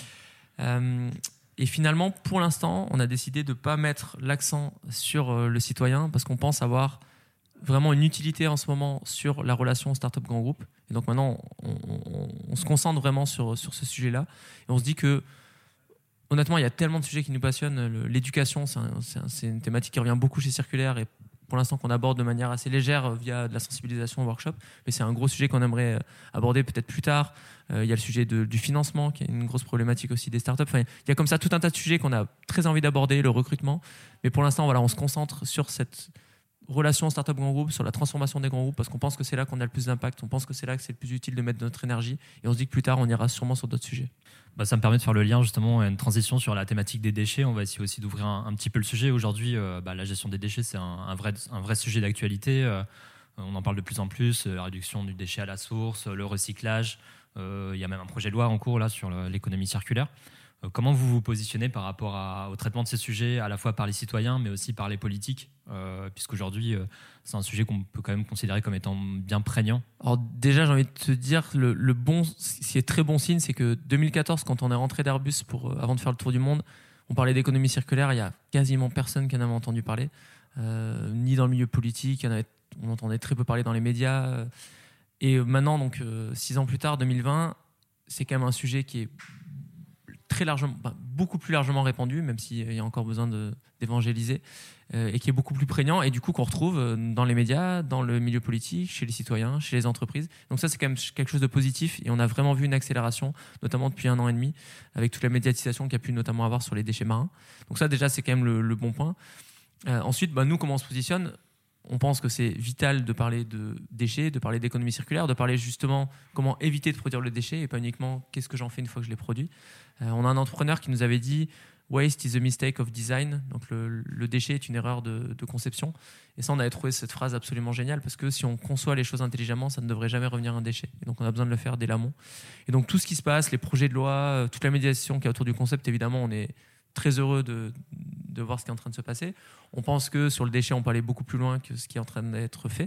Euh, et finalement, pour l'instant, on a décidé de ne pas mettre l'accent sur le citoyen parce qu'on pense avoir vraiment une utilité en ce moment sur la relation start-up-grand groupe. Et donc maintenant, on, on, on se concentre vraiment sur, sur ce sujet-là. Et on se dit que, honnêtement, il y a tellement de sujets qui nous passionnent. L'éducation, c'est, un, c'est, un, c'est une thématique qui revient beaucoup chez Circulaire et pour l'instant qu'on aborde de manière assez légère via de la sensibilisation au workshop. Mais c'est un gros sujet qu'on aimerait aborder peut-être plus tard. Euh, il y a le sujet de, du financement, qui est une grosse problématique aussi des startups. Enfin, il y a comme ça tout un tas de sujets qu'on a très envie d'aborder, le recrutement. Mais pour l'instant, voilà, on se concentre sur cette relation start-up grand groupe, sur la transformation des grands groupes, parce qu'on pense que c'est là qu'on a le plus d'impact, on pense que c'est là que c'est le plus utile de mettre notre énergie, et on se dit que plus tard, on ira sûrement sur d'autres sujets. Bah, ça me permet de faire le lien justement, une transition sur la thématique des déchets. On va essayer aussi d'ouvrir un, un petit peu le sujet. Aujourd'hui, euh, bah, la gestion des déchets, c'est un, un, vrai, un vrai sujet d'actualité. Euh, on en parle de plus en plus, la réduction du déchet à la source, le recyclage. Euh, il y a même un projet de loi en cours là, sur le, l'économie circulaire. Comment vous vous positionnez par rapport à, au traitement de ces sujets, à la fois par les citoyens, mais aussi par les politiques, euh, puisqu'aujourd'hui, euh, c'est un sujet qu'on peut quand même considérer comme étant bien prégnant? Alors déjà, j'ai envie de te dire, le, le bon, ce qui est très bon signe, c'est que deux mille quatorze, quand on est rentré d'Airbus pour, euh, avant de faire le tour du monde, on parlait d'économie circulaire, il y a quasiment personne qui en avait entendu parler, euh, ni dans le milieu politique, il y en avait, on entendait très peu parler dans les médias. Euh, et maintenant, donc euh, six ans plus tard, deux mille vingt, c'est quand même un sujet qui est très largement, bah, beaucoup plus largement répandu, même s'il y a encore besoin de, d'évangéliser, euh, et qui est beaucoup plus prégnant, et du coup qu'on retrouve dans les médias, dans le milieu politique, chez les citoyens, chez les entreprises. Donc ça, c'est quand même quelque chose de positif, et on a vraiment vu une accélération, notamment depuis un an et demi, avec toute la médiatisation qu'il y a pu notamment avoir sur les déchets marins. Donc ça, déjà, c'est quand même le, le bon point. Euh, ensuite, bah, nous, comment on se positionne ? On pense que c'est vital de parler de déchets, de parler d'économie circulaire, de parler justement comment éviter de produire le déchet et pas uniquement qu'est-ce que j'en fais une fois que je l'ai produit. Euh, on a un entrepreneur qui nous avait dit « Waste is a mistake of design », donc le, le déchet est une erreur de, de conception. Et ça, on avait trouvé cette phrase absolument géniale parce que si on conçoit les choses intelligemment, ça ne devrait jamais revenir un déchet. Et donc on a besoin de le faire dès l'amont. Et donc tout ce qui se passe, les projets de loi, toute la médiation qu'il y a autour du concept, évidemment, on est très heureux de, de voir ce qui est en train de se passer. On pense que sur le déchet, on peut aller beaucoup plus loin que ce qui est en train d'être fait.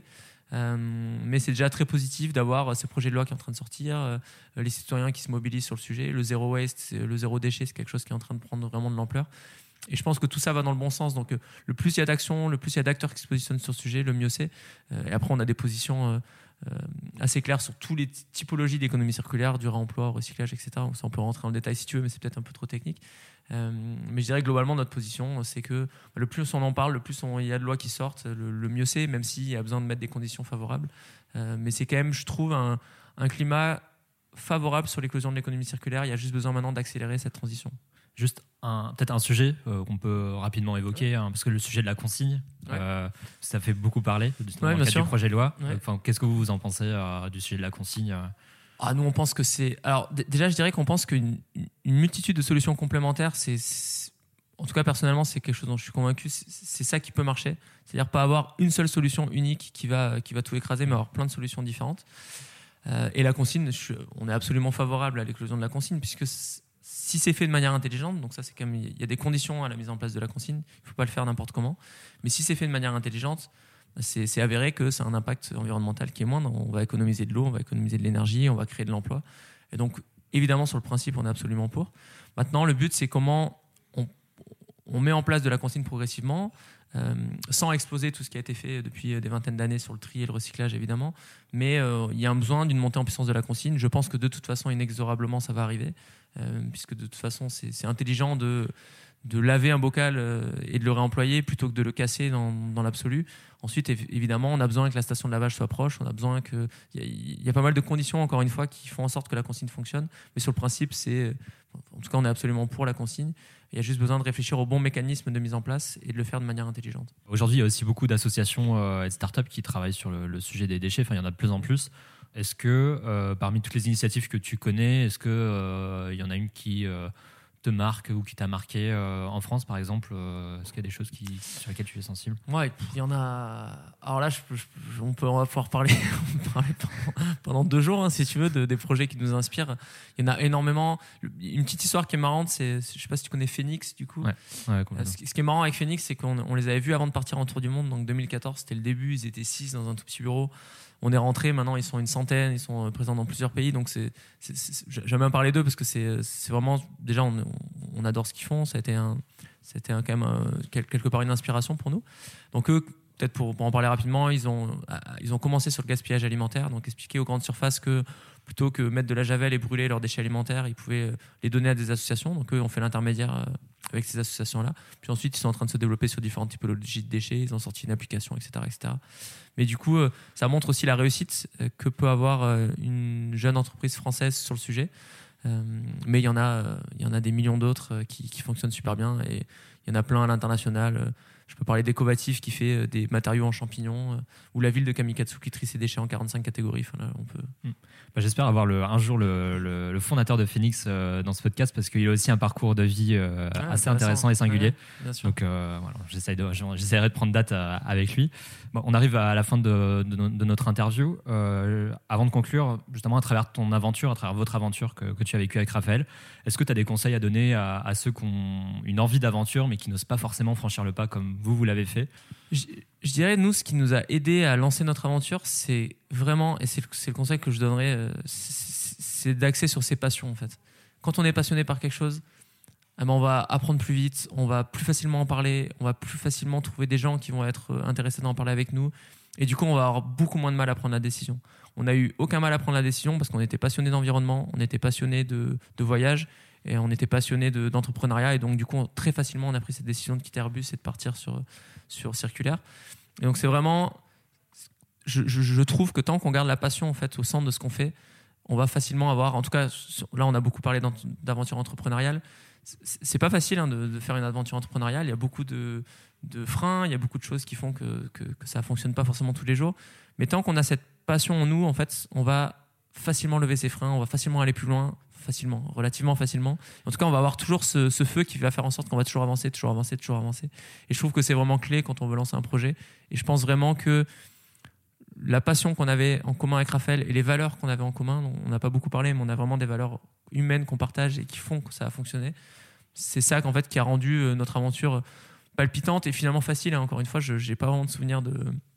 Euh, mais c'est déjà très positif d'avoir ce projet de loi qui est en train de sortir, euh, les citoyens qui se mobilisent sur le sujet, le zéro waste, le zéro déchet, c'est quelque chose qui est en train de prendre vraiment de l'ampleur. Et je pense que tout ça va dans le bon sens. Donc, euh, le plus il y a d'actions, le plus il y a d'acteurs qui se positionnent sur le sujet, le mieux c'est. Euh, et après, on a des positions euh, euh, assez claires sur toutes les typologies d'économie circulaire, du réemploi, recyclage, et cetera. Donc, ça, on peut rentrer dans le détail si tu veux, mais c'est peut-être un peu trop technique. Euh, mais je dirais globalement, notre position, c'est que le plus on en parle, le plus on, il y a de lois qui sortent, le, le mieux c'est, même s'il y a besoin de mettre des conditions favorables. Euh, mais c'est quand même, je trouve, un, un climat favorable sur l'éclosion de l'économie circulaire. Il y a juste besoin maintenant d'accélérer cette transition. Juste un, peut-être un sujet euh, qu'on peut rapidement évoquer, hein, parce que le sujet de la consigne, ouais. euh, ça fait beaucoup parler dans ouais, le cadre du projet de loi. Ouais. Enfin, qu'est-ce que vous, vous en pensez euh, du sujet de la consigne euh Ah, nous, on pense que c'est... Alors, d- déjà, je dirais qu'on pense qu'une une multitude de solutions complémentaires, c'est, c'est... En tout cas, personnellement, c'est quelque chose dont je suis convaincu. C'est, c'est ça qui peut marcher. C'est-à-dire pas avoir une seule solution unique qui va, qui va tout écraser, mais avoir plein de solutions différentes. Euh, et la consigne, je, on est absolument favorable à l'éclosion de la consigne, puisque si c'est fait de manière intelligente, donc ça, c'est quand même... Il y a des conditions à la mise en place de la consigne. Il ne faut pas le faire n'importe comment. Mais si c'est fait de manière intelligente... C'est, c'est avéré que c'est un impact environnemental qui est moindre. On va économiser de l'eau, on va économiser de l'énergie, on va créer de l'emploi. Et donc, évidemment, sur le principe, on est absolument pour. Maintenant, le but, c'est comment on, on met en place de la consigne progressivement, euh, sans exploser tout ce qui a été fait depuis des vingtaines d'années sur le tri et le recyclage, évidemment. Mais euh, il y a un besoin d'une montée en puissance de la consigne. Je pense que de toute façon, inexorablement, ça va arriver, euh, puisque de toute façon, c'est, c'est intelligent de... de laver un bocal et de le réemployer plutôt que de le casser dans, dans l'absolu. Ensuite, évidemment, on a besoin que la station de lavage soit proche, on a besoin que... Il y, y a pas mal de conditions, encore une fois, qui font en sorte que la consigne fonctionne. Mais sur le principe, c'est... En tout cas, on est absolument pour la consigne. Il y a juste besoin de réfléchir au bon mécanisme de mise en place et de le faire de manière intelligente. Aujourd'hui, il y a aussi beaucoup d'associations euh, et de startups qui travaillent sur le, le sujet des déchets. Enfin, il y en a de plus en plus. Est-ce que, euh, parmi toutes les initiatives que tu connais, est-ce qu'il euh, y en a une qui... Euh, te marque ou qui t'a marqué euh, en France, par exemple euh, est-ce qu'il y a des choses qui, sur lesquelles tu es sensible? Ouais, il y en a. Alors là, je, je, on, peut, on va pouvoir parler, parler pendant, pendant deux jours, hein, si tu veux, de, des projets qui nous inspirent. Il y en a énormément. Une petite histoire qui est marrante, c'est, je sais pas si tu connais Phoenix, du coup. Ouais, ouais, ce, qui, ce qui est marrant avec Phoenix, c'est qu'on on les avait vus avant de partir en tour du monde. Donc deux mille quatorze, c'était le début. Ils étaient six dans un tout petit bureau. On est rentré, maintenant ils sont une centaine, ils sont présents dans plusieurs pays, donc c'est, c'est, c'est, j'aime bien parler d'eux parce que c'est, c'est vraiment, déjà on, on adore ce qu'ils font, ça a été, un, ça a été un, quand même un, quelque part une inspiration pour nous. Donc eux, peut-être pour, pour en parler rapidement, ils ont, ils ont commencé sur le gaspillage alimentaire, donc expliquer aux grandes surfaces que plutôt que mettre de la javel et brûler leurs déchets alimentaires, ils pouvaient les donner à des associations, donc eux ont fait l'intermédiaire avec ces associations-là. Puis ensuite, ils sont en train de se développer sur différentes typologies de déchets, ils ont sorti une application, et cetera, et cetera. Mais du coup, ça montre aussi la réussite que peut avoir une jeune entreprise française sur le sujet. Mais il y en a, il y en a des millions d'autres qui, qui fonctionnent super bien et il y en a plein à l'international. Je peux parler d'Ecovatif qui fait des matériaux en champignons ou la ville de Kamikatsu qui trie ses déchets en quarante-cinq catégories. Enfin, là, on peut... mmh. Bah, j'espère avoir le, un jour le, le, le fondateur de Phoenix euh, dans ce podcast parce qu'il a aussi un parcours de vie euh, ah, assez intéressant et singulier. Ouais, Donc euh, voilà, j'essaie de, j'essaierai de prendre date à, avec lui. Bon, on arrive à la fin de, de, de notre interview. Euh, avant de conclure, justement à travers ton aventure, à travers votre aventure que, que tu as vécue avec Raphaël, est-ce que tu as des conseils à donner à, à ceux qui ont une envie d'aventure mais qui n'osent pas forcément franchir le pas comme vous, vous l'avez fait? Je, je dirais, nous, ce qui nous a aidé à lancer notre aventure, c'est vraiment, et c'est le, c'est le conseil que je donnerais, euh, c'est, c'est d'axer sur ses passions, en fait. Quand on est passionné par quelque chose, eh ben, on va apprendre plus vite, on va plus facilement en parler, on va plus facilement trouver des gens qui vont être intéressés d'en parler avec nous, et du coup, on va avoir beaucoup moins de mal à prendre la décision. On n'a eu aucun mal à prendre la décision parce qu'on était passionné d'environnement, on était passionné de, de voyage, et on était passionné de, d'entrepreneuriat, et donc du coup, très facilement, on a pris cette décision de quitter Airbus et de partir sur, sur Circulaire. Et donc, c'est vraiment... Je, je, je trouve que tant qu'on garde la passion en fait, au centre de ce qu'on fait, on va facilement avoir... En tout cas, là, on a beaucoup parlé d'aventure entrepreneuriale. C'est pas facile hein, de, de faire une aventure entrepreneuriale. Il y a beaucoup de, de freins, il y a beaucoup de choses qui font que, que, que ça fonctionne pas forcément tous les jours. Mais tant qu'on a cette passion en nous, en fait, on va facilement lever ses freins, on va facilement aller plus loin, facilement, relativement facilement. En tout cas, on va avoir toujours ce, ce feu qui va faire en sorte qu'on va toujours avancer, toujours avancer, toujours avancer. Et je trouve que c'est vraiment clé quand on veut lancer un projet. Et je pense vraiment que la passion qu'on avait en commun avec Raphaël et les valeurs qu'on avait en commun, on n'a pas beaucoup parlé, mais on a vraiment des valeurs humaines qu'on partage et qui font que ça a fonctionné. C'est ça qu'en fait, qui a rendu notre aventure palpitante et finalement facile. Encore une fois, je n'ai pas vraiment de souvenir de,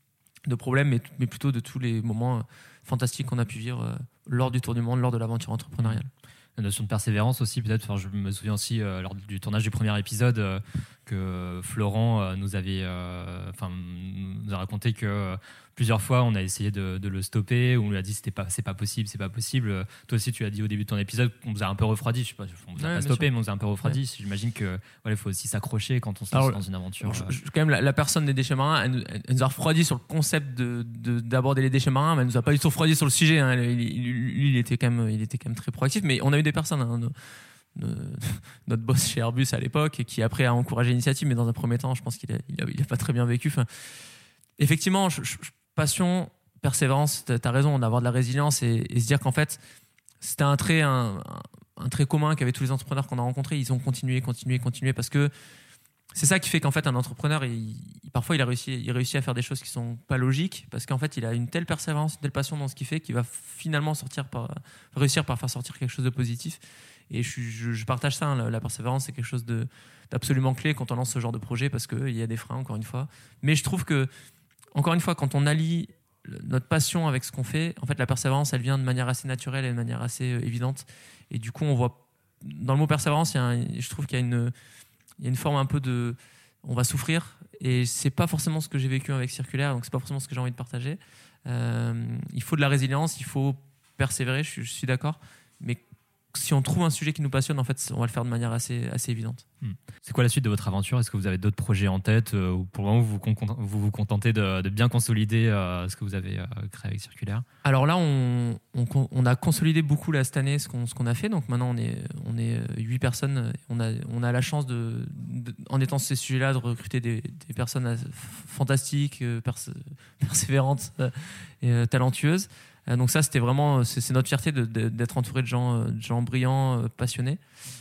de problèmes, mais, mais plutôt de tous les moments euh, fantastiques qu'on a pu vivre euh, lors du Tour du Monde, lors de l'aventure entrepreneuriale. La notion de persévérance aussi, peut-être. Enfin, je me souviens aussi euh, lors du tournage du premier épisode euh, que Florent euh, nous avait, euh, enfin, nous a raconté que euh, plusieurs fois on a essayé de, de le stopper, ou on lui a dit c'était pas, c'est pas possible, c'est pas possible. Toi aussi, tu as dit au début de ton épisode, on vous a un peu refroidi. Je sais pas, on vous a ouais, pas stoppé, sûr. mais on vous a un peu refroidi. Ouais. J'imagine que voilà, il faut aussi s'accrocher quand on se lance dans une aventure. Alors, je, je, quand même, la, la personne des déchets marins, elle nous, elle nous a refroidi sur le concept de, de, d'aborder les déchets marins, mais elle nous a pas du tout refroidi sur le sujet. Hein. Lui, il, il était quand même, il était quand même très proactif. Mais on a eu des personnes. Hein, de, de, notre boss chez Airbus à l'époque, qui après a encouragé l'initiative, mais dans un premier temps, je pense qu'il a, il a, il a pas très bien vécu. Enfin, effectivement, je, je, passion, persévérance, t'as raison, d'avoir de la résilience et, et se dire qu'en fait, c'était un trait, un, un trait commun qu'avaient tous les entrepreneurs qu'on a rencontrés. Ils ont continué, continué, continué, parce que c'est ça qui fait qu'en fait, un entrepreneur, il, il, parfois, il a réussi, il réussit à faire des choses qui sont pas logiques, parce qu'en fait, il a une telle persévérance, une telle passion dans ce qu'il fait, qu'il va finalement sortir par, réussir par faire sortir quelque chose de positif. Et je, je, je partage ça, hein, la, la persévérance, c'est quelque chose de, d'absolument clé quand on lance ce genre de projet, parce qu'il y a des freins, encore une fois. Mais je trouve que, encore une fois, quand on allie notre passion avec ce qu'on fait, en fait, la persévérance, elle vient de manière assez naturelle et de manière assez euh, évidente. Et du coup, on voit, dans le mot persévérance, il y a un, je trouve qu'il y a une, il y a une forme un peu de, on va souffrir, et c'est pas forcément ce que j'ai vécu avec Circulaire, donc c'est pas forcément ce que j'ai envie de partager. Euh, il faut de la résilience, il faut persévérer, je, je suis d'accord, mais si on trouve un sujet qui nous passionne, en fait, on va le faire de manière assez, assez évidente. C'est quoi la suite de votre aventure ? Est-ce que vous avez d'autres projets en tête, euh, ou pour le moment vous vous, vous contentez de, de bien consolider euh, ce que vous avez euh, créé avec Circulaire ? Alors là, on, on, on a consolidé beaucoup là, cette année ce qu'on, ce qu'on a fait. Donc maintenant, on est, on est huit personnes. On a, on a la chance, de, de, en étant sur ces sujets-là, de recruter des, des personnes fantastiques, perse, persévérantes et euh, talentueuses. Donc ça, c'était vraiment, c'est, c'est notre fierté de, de, d'être entouré de gens, de gens brillants, passionnés.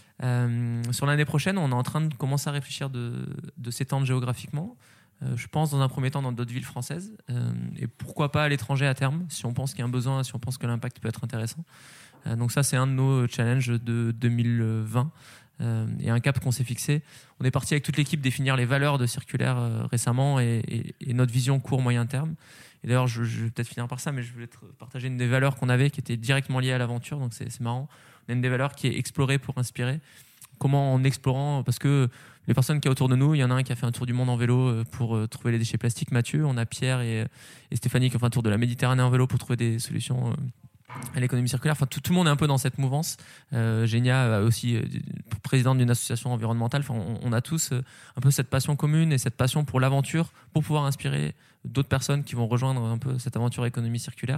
Euh, sur l'année prochaine, on est en train de commencer à réfléchir de, de s'étendre géographiquement. Euh, je pense dans un premier temps dans d'autres villes françaises, euh, et pourquoi pas à l'étranger à terme, si on pense qu'il y a un besoin, si on pense que l'impact peut être intéressant. Euh, donc ça, c'est un de nos challenges de deux mille vingt, euh, et un cap qu'on s'est fixé. On est parti avec toute l'équipe définir les valeurs de Circulaire euh, récemment, et, et, et notre vision court-moyen terme. Et d'ailleurs, je, je vais peut-être finir par ça, mais je voulais te partager une des valeurs qu'on avait qui était directement liée à l'aventure, donc c'est, c'est marrant. On a une des valeurs qui est explorer pour inspirer. Comment en explorant, parce que les personnes qui sont autour de nous, il y en a un qui a fait un tour du monde en vélo pour trouver les déchets plastiques, Mathieu. On a Pierre et, et Stéphanie qui ont fait un tour de la Méditerranée en vélo pour trouver des solutions à l'économie circulaire. Enfin, tout, tout le monde est un peu dans cette mouvance. Euh, Génia, aussi euh, présidente d'une association environnementale. Enfin, on, on a tous euh, un peu cette passion commune et cette passion pour l'aventure, pour pouvoir inspirer d'autres personnes qui vont rejoindre un peu cette aventure économie circulaire.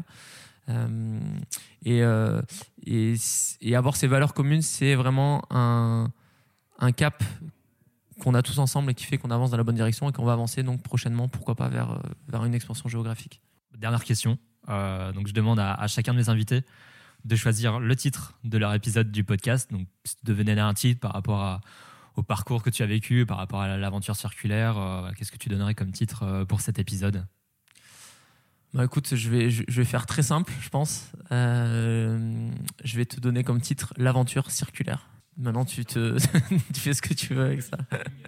Euh, et, euh, et, et avoir ces valeurs communes, c'est vraiment un, un cap qu'on a tous ensemble et qui fait qu'on avance dans la bonne direction et qu'on va avancer donc prochainement, pourquoi pas, vers, vers une expansion géographique. Dernière question. Euh, donc je demande à, à chacun de mes invités de choisir le titre de leur épisode du podcast. Donc si tu devais donner un titre par rapport à, au parcours que tu as vécu, par rapport à l'aventure circulaire, euh, qu'est-ce que tu donnerais comme titre euh, pour cet épisode ? Bah écoute, je vais, je vais faire très simple, je pense. Euh, je vais te donner comme titre l'aventure circulaire. Maintenant, tu, te, tu fais ce que tu veux avec ça.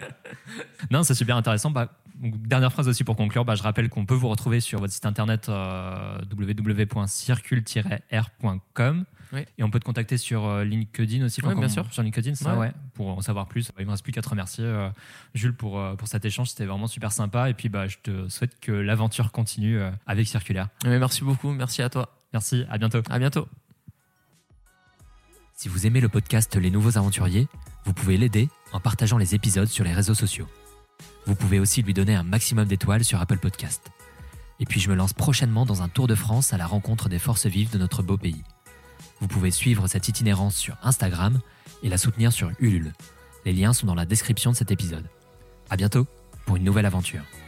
Non, c'est super intéressant. Bah, donc, dernière phrase aussi pour conclure. Bah, je rappelle qu'on peut vous retrouver sur votre site internet euh, w w w point circule tiret r point com. Oui. Et on peut te contacter sur euh, LinkedIn aussi. Oui, bien sûr. Sur LinkedIn, ça, ouais. ouais, pour en savoir plus. Il ne me reste plus qu'à te remercier, euh, Jules, pour, euh, pour cet échange. C'était vraiment super sympa. Et puis, bah, je te souhaite que l'aventure continue euh, avec Circulaire. Oui, merci beaucoup. Merci à toi. Merci. À bientôt. À bientôt. Si vous aimez le podcast Les Nouveaux Aventuriers, vous pouvez l'aider en partageant les épisodes sur les réseaux sociaux. Vous pouvez aussi lui donner un maximum d'étoiles sur Apple Podcast. Et puis je me lance prochainement dans un tour de France à la rencontre des forces vives de notre beau pays. Vous pouvez suivre cette itinérance sur Instagram et la soutenir sur Ulule. Les liens sont dans la description de cet épisode. À bientôt pour une nouvelle aventure.